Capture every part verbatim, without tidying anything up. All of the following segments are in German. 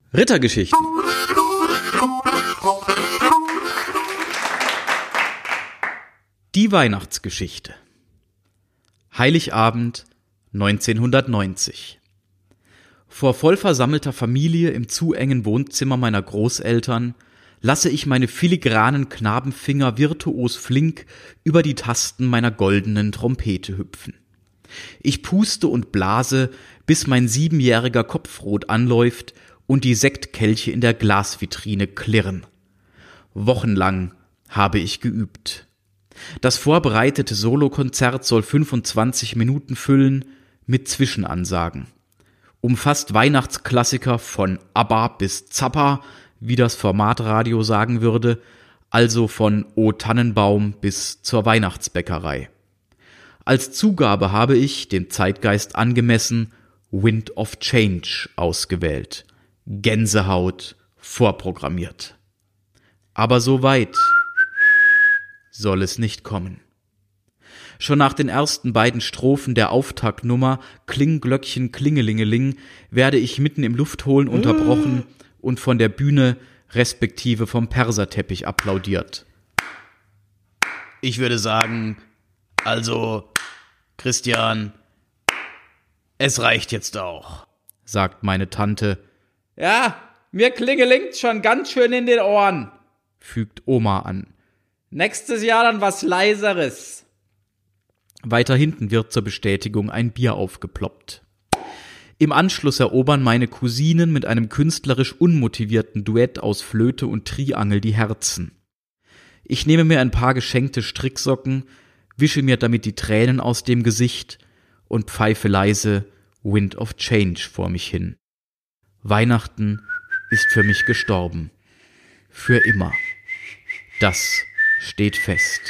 Rittergeschichten. Die Weihnachtsgeschichte. Heiligabend neunzehnhundertneunzig. Vor vollversammelter Familie im zu engen Wohnzimmer meiner Großeltern lasse ich meine filigranen Knabenfinger virtuos flink über die Tasten meiner goldenen Trompete hüpfen. Ich puste und blase, bis mein siebenjähriger Kopf rot anläuft und die Sektkelche in der Glasvitrine klirren. Wochenlang habe ich geübt. Das vorbereitete Solokonzert soll fünfundzwanzig Minuten füllen mit Zwischenansagen. Umfasst Weihnachtsklassiker von ABBA bis Zappa, wie das Formatradio sagen würde, also von O Tannenbaum bis zur Weihnachtsbäckerei. Als Zugabe habe ich, dem Zeitgeist angemessen, Wind of Change ausgewählt. Gänsehaut vorprogrammiert. Aber so weit soll es nicht kommen. Schon nach den ersten beiden Strophen der Auftaktnummer Kling-Glöckchen Klingelingeling werde ich mitten im Luftholen unterbrochen und von der Bühne respektive vom Perserteppich applaudiert. Ich würde sagen, also, Christian, es reicht jetzt auch, sagt meine Tante. Ja, mir klingelingt schon ganz schön in den Ohren, fügt Oma an. Nächstes Jahr dann was Leiseres. Weiter hinten wird zur Bestätigung ein Bier aufgeploppt. Im Anschluss erobern meine Cousinen mit einem künstlerisch unmotivierten Duett aus Flöte und Triangel die Herzen. Ich nehme mir ein paar geschenkte Stricksocken, wische mir damit die Tränen aus dem Gesicht und pfeife leise Wind of Change vor mich hin. Weihnachten ist für mich gestorben. Für immer. Das steht fest.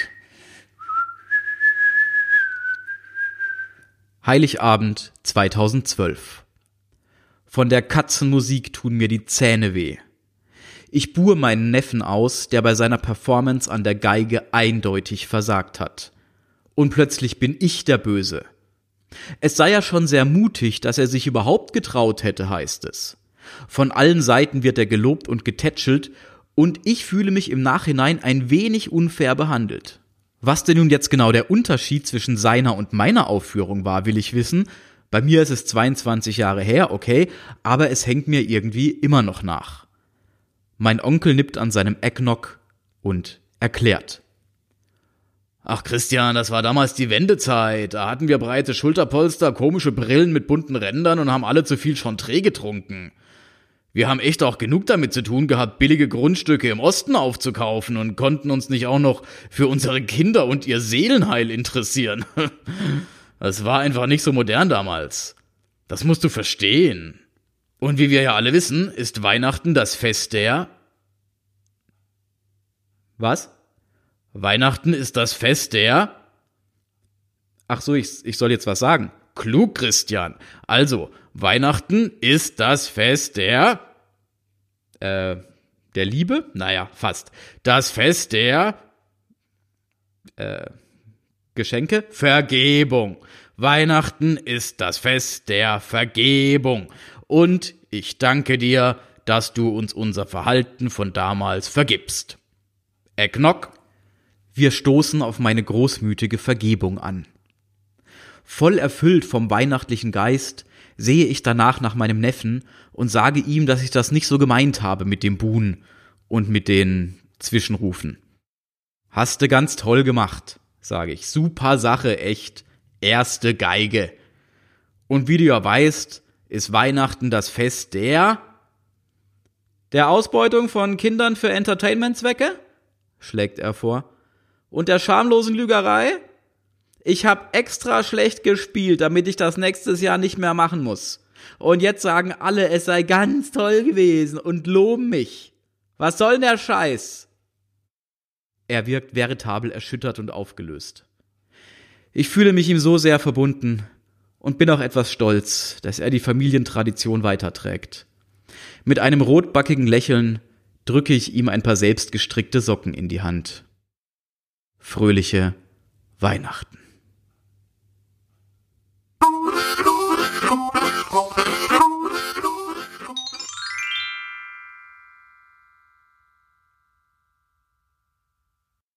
Heiligabend zweitausendzwölf. Von der Katzenmusik tun mir die Zähne weh. Ich buhe meinen Neffen aus, der bei seiner Performance an der Geige eindeutig versagt hat. Und plötzlich bin ich der Böse. Es sei ja schon sehr mutig, dass er sich überhaupt getraut hätte, heißt es. Von allen Seiten wird er gelobt und getätschelt und ich fühle mich im Nachhinein ein wenig unfair behandelt. Was denn nun jetzt genau der Unterschied zwischen seiner und meiner Aufführung war, will ich wissen. Bei mir ist es zweiundzwanzig Jahre her, okay, aber es hängt mir irgendwie immer noch nach. Mein Onkel nippt an seinem Eggnog und erklärt. Ach Christian, das war damals die Wendezeit. Da hatten wir breite Schulterpolster, komische Brillen mit bunten Rändern und haben alle zu viel Chantre getrunken. Wir haben echt auch genug damit zu tun gehabt, billige Grundstücke im Osten aufzukaufen und konnten uns nicht auch noch für unsere Kinder und ihr Seelenheil interessieren. Das war einfach nicht so modern damals. Das musst du verstehen. Und wie wir ja alle wissen, ist Weihnachten das Fest der... Was? Weihnachten ist das Fest der... Ach so, ich, ich soll jetzt was sagen. Klug, Christian. Also, Weihnachten ist das Fest der... Äh, der Liebe? Naja, fast. Das Fest der... Äh, Geschenke? Vergebung. Weihnachten ist das Fest der Vergebung. Und ich danke dir, dass du uns unser Verhalten von damals vergibst. Eggnog. Wir stoßen auf meine großmütige Vergebung an. Voll erfüllt vom weihnachtlichen Geist sehe ich danach nach meinem Neffen und sage ihm, dass ich das nicht so gemeint habe mit dem Buhn und mit den Zwischenrufen. Hast du ganz toll gemacht, sage ich. Super Sache, echt. Erste Geige. Und wie du ja weißt, ist Weihnachten das Fest der... Der Ausbeutung von Kindern für Entertainmentzwecke? Schlägt er vor. Und der schamlosen Lügerei? Ich hab extra schlecht gespielt, damit ich das nächstes Jahr nicht mehr machen muss. Und jetzt sagen alle, es sei ganz toll gewesen und loben mich. Was soll denn der Scheiß? Er wirkt veritabel erschüttert und aufgelöst. Ich fühle mich ihm so sehr verbunden und bin auch etwas stolz, dass er die Familientradition weiterträgt. Mit einem rotbackigen Lächeln drücke ich ihm ein paar selbstgestrickte Socken in die Hand. Fröhliche Weihnachten.